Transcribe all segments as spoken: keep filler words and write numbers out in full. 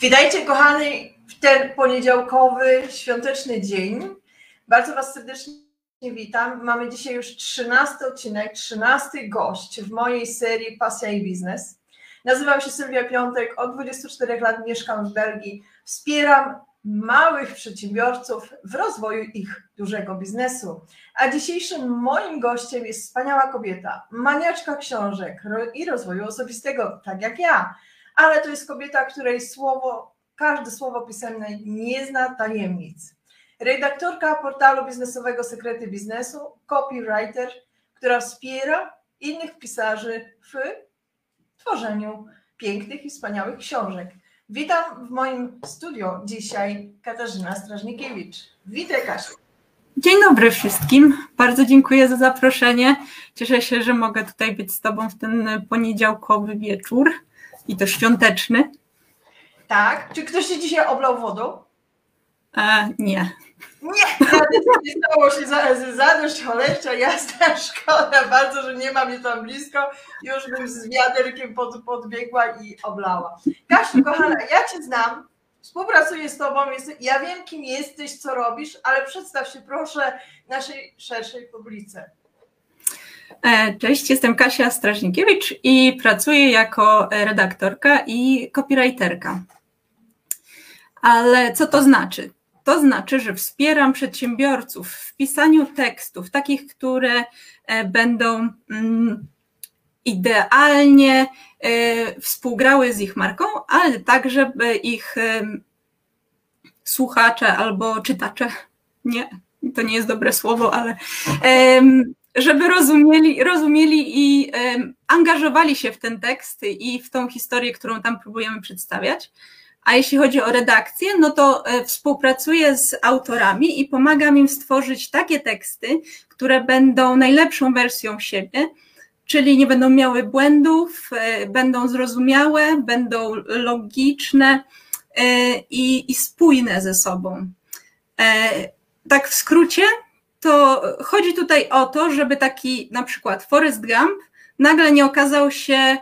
Witajcie kochani w ten poniedziałkowy, świąteczny dzień. Bardzo Was serdecznie witam. Mamy dzisiaj już trzynasty odcinek, trzynasty gość w mojej serii Pasja i Biznes. Nazywam się Sylwia Piątek, od dwudziestu czterech lat mieszkam w Belgii. Wspieram małych przedsiębiorców w rozwoju ich dużego biznesu. A dzisiejszym moim gościem jest wspaniała kobieta, maniaczka książek i rozwoju osobistego, tak jak ja. Ale to jest kobieta, której słowo, każde słowo pisane nie zna tajemnic. Redaktorka portalu biznesowego Sekrety Biznesu, copywriter, która wspiera innych pisarzy w tworzeniu pięknych i wspaniałych książek. Witam w moim studio dzisiaj Katarzyna Strażnikiewicz. Witaj, Kasiu. Dzień dobry wszystkim. Bardzo dziękuję za zaproszenie. Cieszę się, że mogę tutaj być z Tobą w ten poniedziałkowy wieczór. I to świąteczny. Tak. Czy ktoś się dzisiaj oblał wodą? E, nie. Nie, nie stało się za, zadość cholewcza, jasna, szkoda bardzo, że nie ma mnie tam blisko. Już bym z wiaderkiem pod, podbiegła i oblała. Kasiu, kochana, ja Cię znam, współpracuję z Tobą, jest, ja wiem, kim jesteś, co robisz, ale przedstaw się proszę naszej szerszej publice. Cześć, jestem Kasia Strażnikiewicz i pracuję jako redaktorka i copywriterka. Ale co to znaczy? To znaczy, że wspieram przedsiębiorców w pisaniu tekstów, takich, które będą idealnie współgrały z ich marką, ale tak, żeby ich słuchacze albo czytacze, nie, to nie jest dobre słowo, ale żeby rozumieli, rozumieli i angażowali się w ten tekst i w tą historię, którą tam próbujemy przedstawiać. A jeśli chodzi o redakcję, no to współpracuję z autorami i pomagam im stworzyć takie teksty, które będą najlepszą wersją siebie, czyli nie będą miały błędów, będą zrozumiałe, będą logiczne i, i spójne ze sobą. Tak w skrócie, to chodzi tutaj o to, żeby taki na przykład Forrest Gump nagle nie okazał się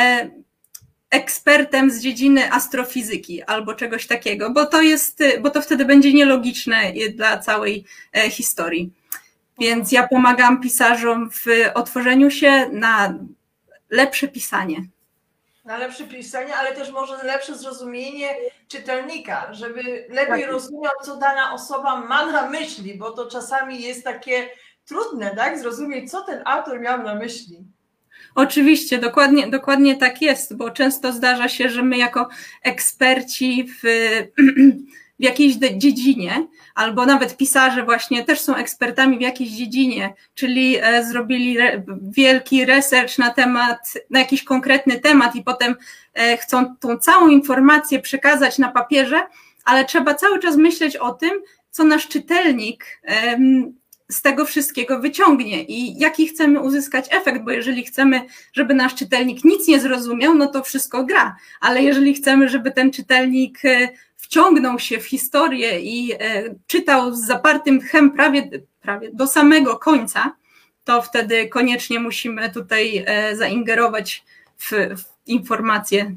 ekspertem z dziedziny astrofizyki albo czegoś takiego, bo to jest, bo to wtedy będzie nielogiczne dla całej historii. Więc ja pomagam pisarzom w otworzeniu się na lepsze pisanie. Na lepsze pisanie, ale też może lepsze zrozumienie czytelnika, żeby lepiej tak rozumiał, co dana osoba ma na myśli, bo to czasami jest takie trudne, tak? Zrozumieć, co ten autor miał na myśli. Oczywiście, dokładnie, dokładnie tak jest, bo często zdarza się, że my jako eksperci w, w jakiejś dziedzinie, albo nawet pisarze właśnie też są ekspertami w jakiejś dziedzinie, czyli zrobili wielki research na temat, na jakiś konkretny temat i potem chcą tą całą informację przekazać na papierze, ale trzeba cały czas myśleć o tym, co nasz czytelnik z tego wszystkiego wyciągnie i jaki chcemy uzyskać efekt, bo jeżeli chcemy, żeby nasz czytelnik nic nie zrozumiał, no to wszystko gra, ale jeżeli chcemy, żeby ten czytelnik wciągnął się w historię i czytał z zapartym tchem prawie, prawie do samego końca, to wtedy koniecznie musimy tutaj zaingerować w, w informacje.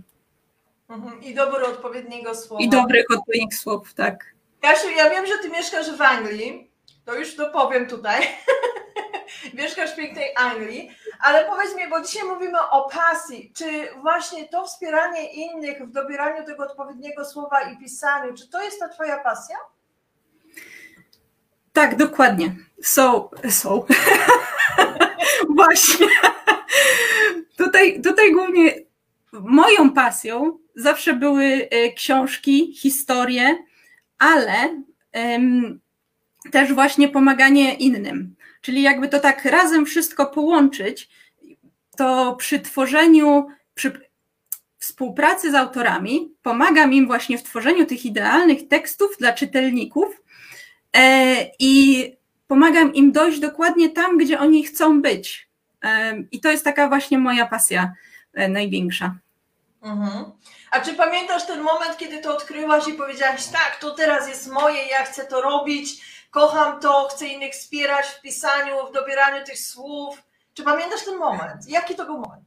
I dobór odpowiedniego słowa. I dobrych odpowiednich słów, tak. Kasiu, ja wiem, że Ty mieszkasz w Anglii, to już to powiem tutaj. Mieszkasz w pięknej Anglii, ale powiedz mi, bo dzisiaj mówimy o pasji, czy właśnie to wspieranie innych w dobieraniu tego odpowiedniego słowa i pisaniu, czy to jest ta Twoja pasja? Tak, dokładnie. Są, są. Właśnie. Tutaj, tutaj głównie moją pasją zawsze były książki, historie, ale um, też właśnie pomaganie innym. Czyli jakby to tak razem wszystko połączyć, to przy tworzeniu, przy współpracy z autorami pomagam im właśnie w tworzeniu tych idealnych tekstów dla czytelników i pomagam im dojść dokładnie tam, gdzie oni chcą być. I to jest taka właśnie moja pasja największa. Mhm. A czy pamiętasz ten moment, kiedy to odkryłaś i powiedziałaś, tak, to teraz jest moje, ja chcę to robić, kocham to, chcę innych wspierać w pisaniu, w dobieraniu tych słów. Czy pamiętasz ten moment? Jaki to był moment?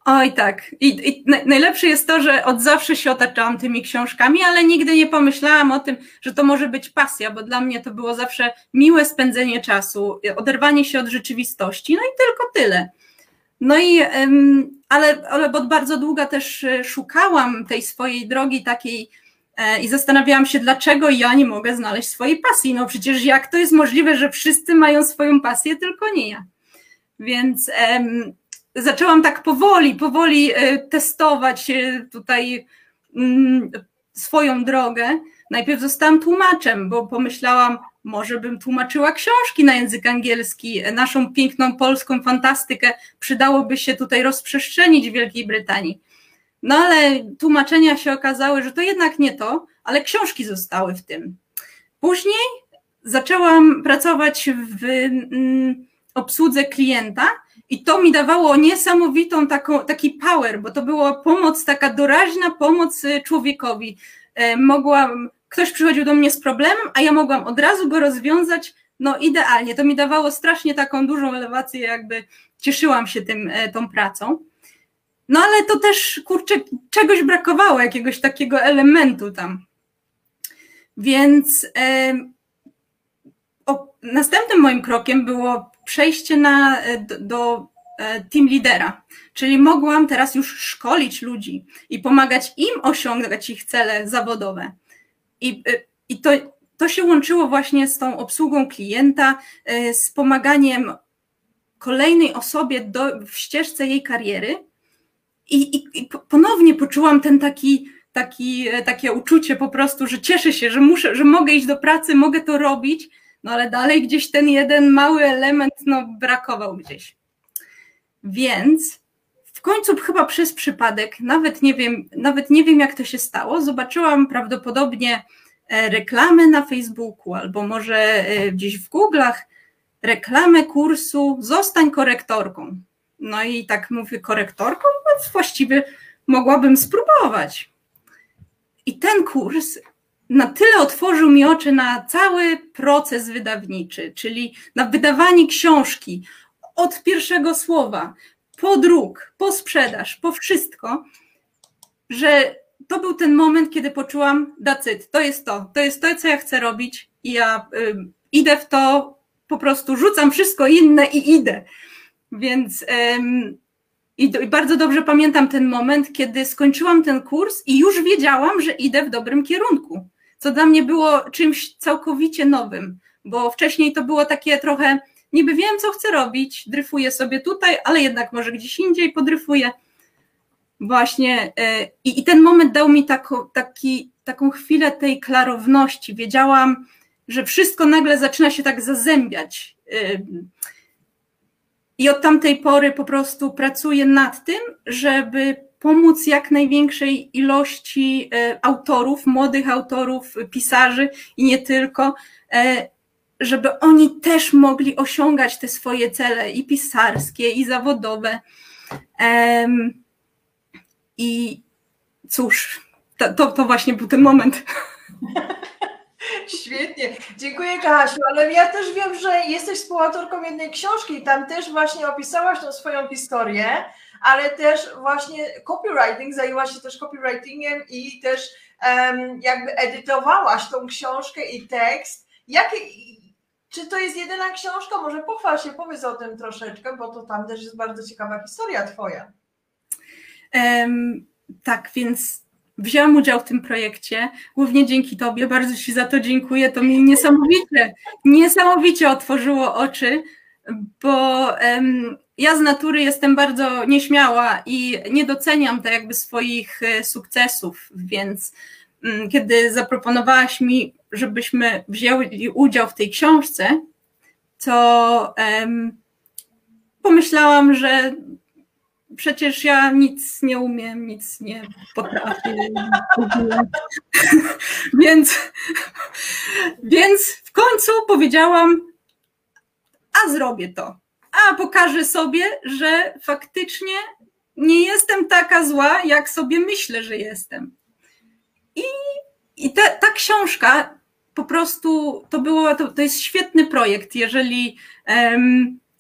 Oj tak. I, i najlepsze jest to, że od zawsze się otaczałam tymi książkami, ale nigdy nie pomyślałam o tym, że to może być pasja, bo dla mnie to było zawsze miłe spędzenie czasu, oderwanie się od rzeczywistości, no i tylko tyle. No i, ale, ale od bardzo długa też szukałam tej swojej drogi takiej i zastanawiałam się, dlaczego ja nie mogę znaleźć swojej pasji. No przecież jak to jest możliwe, że wszyscy mają swoją pasję, tylko nie ja. Więc um, zaczęłam tak powoli, powoli testować tutaj um, swoją drogę. Najpierw zostałam tłumaczem, bo pomyślałam, może bym tłumaczyła książki na język angielski, naszą piękną polską fantastykę przydałoby się tutaj rozprzestrzenić w Wielkiej Brytanii. No ale tłumaczenia się okazały, że to jednak nie to, ale książki zostały w tym. Później zaczęłam pracować w mm, obsłudze klienta i to mi dawało niesamowitą taką, taki power, bo to była pomoc, taka doraźna pomoc człowiekowi. Mogłam, ktoś przychodził do mnie z problemem, a ja mogłam od razu go rozwiązać, no idealnie. To mi dawało strasznie taką dużą elewację, jakby cieszyłam się tym, tą pracą. No ale to też, kurczę, czegoś brakowało, jakiegoś takiego elementu tam. Więc e, o, następnym moim krokiem było przejście na, do, do team lidera, czyli mogłam teraz już szkolić ludzi i pomagać im osiągać ich cele zawodowe. I, i to, to się łączyło właśnie z tą obsługą klienta, z pomaganiem kolejnej osobie do, w ścieżce jej kariery. I, i, i ponownie poczułam ten taki, taki, takie uczucie po prostu, że cieszę się, że muszę, że mogę iść do pracy, mogę to robić, no ale dalej gdzieś ten jeden mały element no, brakował gdzieś. Więc w końcu chyba przez przypadek, nawet nie wiem, nawet nie wiem jak to się stało, zobaczyłam prawdopodobnie reklamę na Facebooku albo może gdzieś w Google'ach, reklamę kursu Zostań korektorką. No i tak mówię, korektorką? No właściwie mogłabym spróbować. I ten kurs na tyle otworzył mi oczy na cały proces wydawniczy, czyli na wydawanie książki od pierwszego słowa, po druk, po sprzedaż, po wszystko, że to był ten moment, kiedy poczułam, that's it, to jest to, to jest to, co ja chcę robić i ja y, idę w to, po prostu rzucam wszystko inne i idę. Więc ym, i, i bardzo dobrze pamiętam ten moment, kiedy skończyłam ten kurs i już wiedziałam, że idę w dobrym kierunku, co dla mnie było czymś całkowicie nowym, bo wcześniej to było takie trochę, niby wiem, co chcę robić, dryfuję sobie tutaj, ale jednak może gdzieś indziej podryfuję. Właśnie yy, i ten moment dał mi tako, taki, taką chwilę tej klarowności. Wiedziałam, że wszystko nagle zaczyna się tak zazębiać. Yy, I od tamtej pory po prostu pracuję nad tym, żeby pomóc jak największej ilości autorów, młodych autorów, pisarzy i nie tylko, żeby oni też mogli osiągać te swoje cele i pisarskie, i zawodowe. I cóż, to, to, to właśnie był ten moment. Świetnie, dziękuję Kasiu, ale ja też wiem, że jesteś współautorką jednej książki i tam też właśnie opisałaś tą swoją historię, ale też właśnie copywriting, zajęłaś się też copywritingiem i też um, jakby edytowałaś tą książkę i tekst. Jakie, czy to jest jedyna książka? Może pochwal się, powiedz o tym troszeczkę, bo to tam też jest bardzo ciekawa historia twoja. Um, tak, więc wzięłam udział w tym projekcie, głównie dzięki tobie, bardzo ci za to dziękuję, to mi niesamowicie, niesamowicie otworzyło oczy, bo um, ja z natury jestem bardzo nieśmiała i nie doceniam tak jakby swoich sukcesów, więc um, kiedy zaproponowałaś mi, żebyśmy wzięli udział w tej książce, to um, pomyślałam, że przecież ja nic nie umiem, nic nie potrafię. więc, więc w końcu powiedziałam, a zrobię to. A pokażę sobie, że faktycznie nie jestem taka zła, jak sobie myślę, że jestem. I, i ta, ta książka po prostu to było, to, to jest świetny projekt, jeżeli um,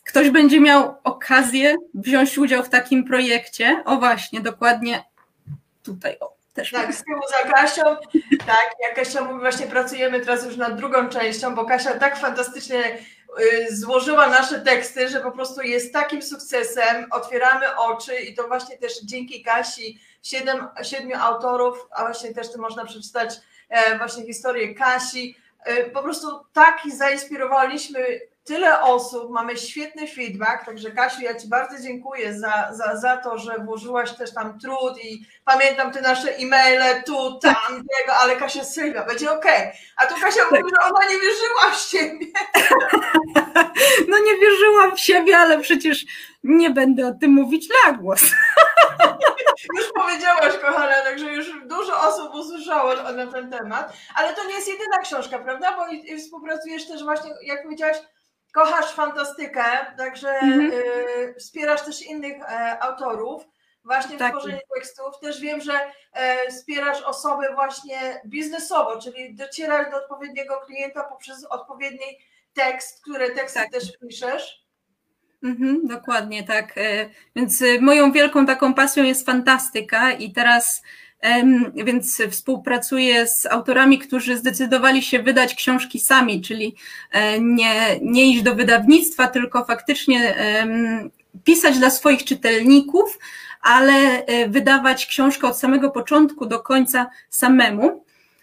ktoś będzie miał okazję wziąć udział w takim projekcie, o właśnie, dokładnie tutaj, o, też. Tak, z tyłu za Kasią, tak, jak Kasia mówi, właśnie pracujemy teraz już nad drugą częścią, bo Kasia tak fantastycznie złożyła nasze teksty, że po prostu jest takim sukcesem, otwieramy oczy i to właśnie też dzięki Kasi, siedem, siedmiu autorów, a właśnie też tu można przeczytać właśnie historię Kasi, po prostu tak zainspirowaliśmy tyle osób, mamy świetny feedback, także Kasiu, ja Ci bardzo dziękuję za, za, za to, że włożyłaś też tam trud i pamiętam te nasze e-maile, tu, tam, tego, ale Kasia, Sylwia, będzie okej. Okay. A tu Kasia mówi, że ona nie wierzyła w siebie. No nie wierzyłam w siebie, ale przecież nie będę o tym mówić na głos. Już powiedziałaś, kochana, także już dużo osób usłyszało na ten temat, ale to nie jest jedyna książka, prawda? Bo i, i współpracujesz też właśnie, jak powiedziałaś, kochasz fantastykę, także mm-hmm. y, wspierasz też innych e, autorów właśnie w tak. tworzeniu tekstów. Też wiem, że e, wspierasz osoby właśnie biznesowo, czyli docierasz do odpowiedniego klienta poprzez odpowiedni tekst, które teksty tak. też piszesz. Mhm, dokładnie tak. Więc moją wielką taką pasją jest fantastyka i teraz więc współpracuję z autorami, którzy zdecydowali się wydać książki sami, czyli nie, nie iść do wydawnictwa, tylko faktycznie pisać dla swoich czytelników, ale wydawać książkę od samego początku do końca samemu.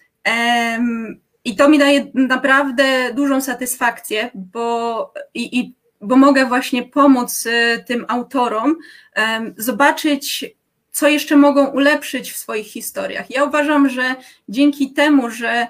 I to mi daje naprawdę dużą satysfakcję, bo i, i bo mogę właśnie pomóc tym autorom zobaczyć, co jeszcze mogą ulepszyć w swoich historiach. Ja uważam, że dzięki temu, że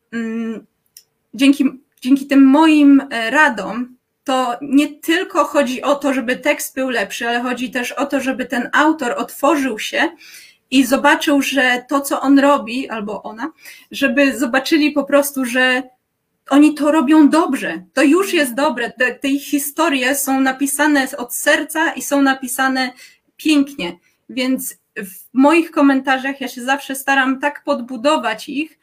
dzięki, dzięki tym moim radom, to nie tylko chodzi o to, żeby tekst był lepszy, ale chodzi też o to, żeby ten autor otworzył się i zobaczył, że to, co on robi, albo ona, żeby zobaczyli po prostu, że oni to robią dobrze, to już jest dobre, te, te ich historie są napisane od serca i są napisane pięknie, więc w moich komentarzach ja się zawsze staram tak podbudować ich,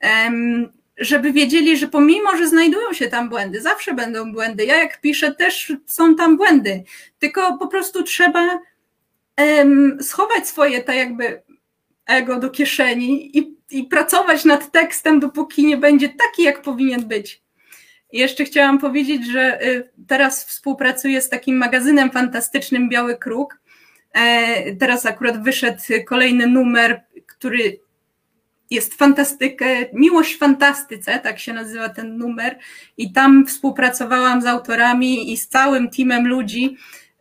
żeby wiedzieli, że pomimo, że znajdują się tam błędy, zawsze będą błędy, ja jak piszę też są tam błędy, tylko po prostu trzeba schować swoje tak jakby ego do kieszeni i i pracować nad tekstem, dopóki nie będzie taki, jak powinien być. I jeszcze chciałam powiedzieć, że teraz współpracuję z takim magazynem fantastycznym Biały Kruk. Teraz akurat wyszedł kolejny numer, który jest fantastykę, Miłość w fantastyce, tak się nazywa ten numer. I tam współpracowałam z autorami i z całym teamem ludzi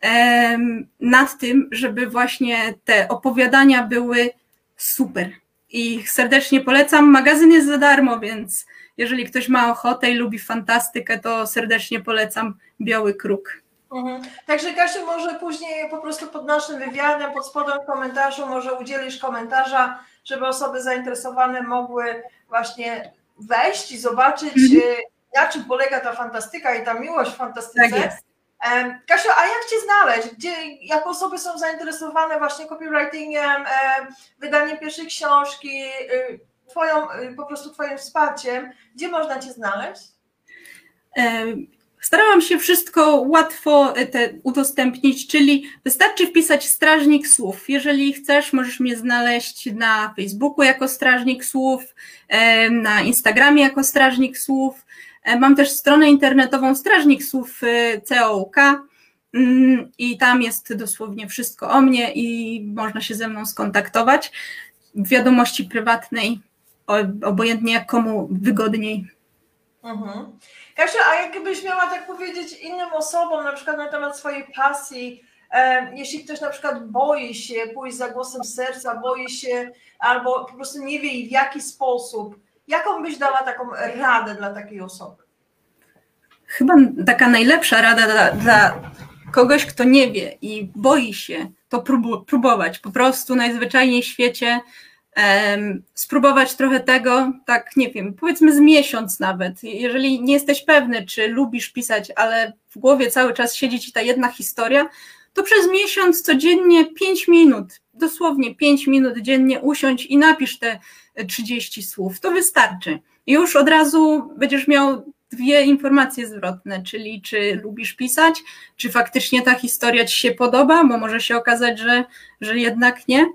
nad tym, żeby właśnie te opowiadania były super. I serdecznie polecam. Magazyn jest za darmo, więc jeżeli ktoś ma ochotę i lubi fantastykę, to serdecznie polecam Biały Kruk. Mhm. Także Kasiu, może później po prostu pod naszym wywiadem, pod spodem komentarzu, może udzielisz komentarza, żeby osoby zainteresowane mogły właśnie wejść i zobaczyć, mhm. na czym polega ta fantastyka i ta miłość w fantastyce. Tak jest. Kasiu, a jak Cię znaleźć? Gdzie, jak osoby są zainteresowane właśnie copywritingiem, wydaniem pierwszej książki, twoją, po prostu Twoim wsparciem, gdzie można Cię znaleźć? Starałam się wszystko łatwo te udostępnić, czyli wystarczy wpisać Strażnik Słów. Jeżeli chcesz, możesz mnie znaleźć na Facebooku jako Strażnik Słów, na Instagramie jako Strażnik Słów. Mam też stronę internetową Strażnik Słów C O U K i tam jest dosłownie wszystko o mnie i można się ze mną skontaktować w wiadomości prywatnej, obojętnie jak komu wygodniej. Mhm. Kasia, a jakbyś miała tak powiedzieć innym osobom na przykład na temat swojej pasji, e, jeśli ktoś na przykład boi się pójść za głosem serca, boi się albo po prostu nie wie w jaki sposób, jaką byś dała taką radę dla takiej osoby? Chyba taka najlepsza rada dla, dla kogoś, kto nie wie i boi się, to prób, próbować po prostu najzwyczajniej w świecie, um, spróbować trochę tego, tak nie wiem, powiedzmy z miesiąc nawet. Jeżeli nie jesteś pewny, czy lubisz pisać, ale w głowie cały czas siedzi ci ta jedna historia, to przez miesiąc codziennie pięć minut, dosłownie pięć minut dziennie usiądź i napisz te trzydzieści słów. To wystarczy. I już od razu będziesz miał dwie informacje zwrotne, czyli czy lubisz pisać, czy faktycznie ta historia ci się podoba, bo może się okazać, że, że jednak nie.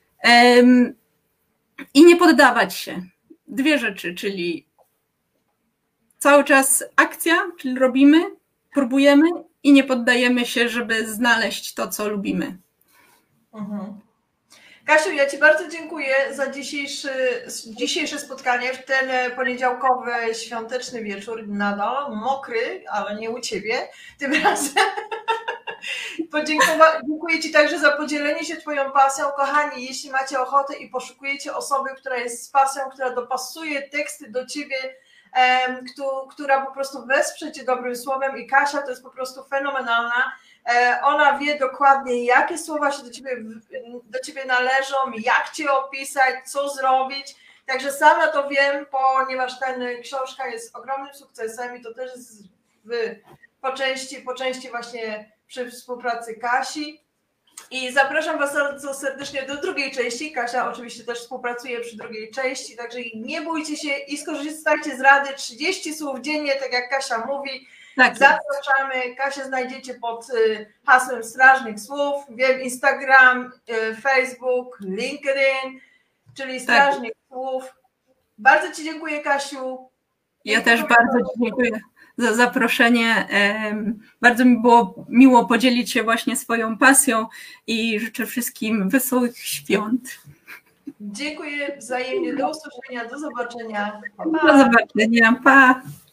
I nie poddawać się. Dwie rzeczy, czyli cały czas akcja, czyli robimy, próbujemy i nie poddajemy się, żeby znaleźć to, co lubimy. Mhm. Kasiu, ja Ci bardzo dziękuję za dzisiejszy, dzisiejsze spotkanie w ten poniedziałkowy, świąteczny wieczór, nadal mokry, ale nie u Ciebie tym razem. Podziękowa- dziękuję Ci także za podzielenie się Twoją pasją. Kochani, jeśli macie ochotę i poszukujecie osoby, która jest z pasją, która dopasuje teksty do Ciebie, em, która po prostu wesprze Cię dobrym słowem, i Kasia to jest po prostu fenomenalna. Ona wie dokładnie, jakie słowa się do ciebie, do ciebie należą, jak cię opisać, co zrobić. Także sama to wiem, ponieważ ta książka jest ogromnym sukcesem i to też jest w, po, części, po części właśnie przy współpracy Kasi. I zapraszam Was bardzo serdecznie do drugiej części. Kasia oczywiście też współpracuje przy drugiej części, także nie bójcie się i skorzystajcie z rady. trzydzieści słów dziennie, tak jak Kasia mówi. Tak, zapraszamy. Kasię znajdziecie pod hasłem Strażnik Słów. Wiem, Instagram, Facebook, LinkedIn, czyli Strażnik tak. Słów. Bardzo Ci dziękuję, Kasiu. Ja też bardzo Ci dziękuję za zaproszenie. Bardzo mi było miło podzielić się właśnie swoją pasją i życzę wszystkim wesołych świąt. Dziękuję wzajemnie. Do usłyszenia, do zobaczenia. Pa, pa. Do zobaczenia. Pa.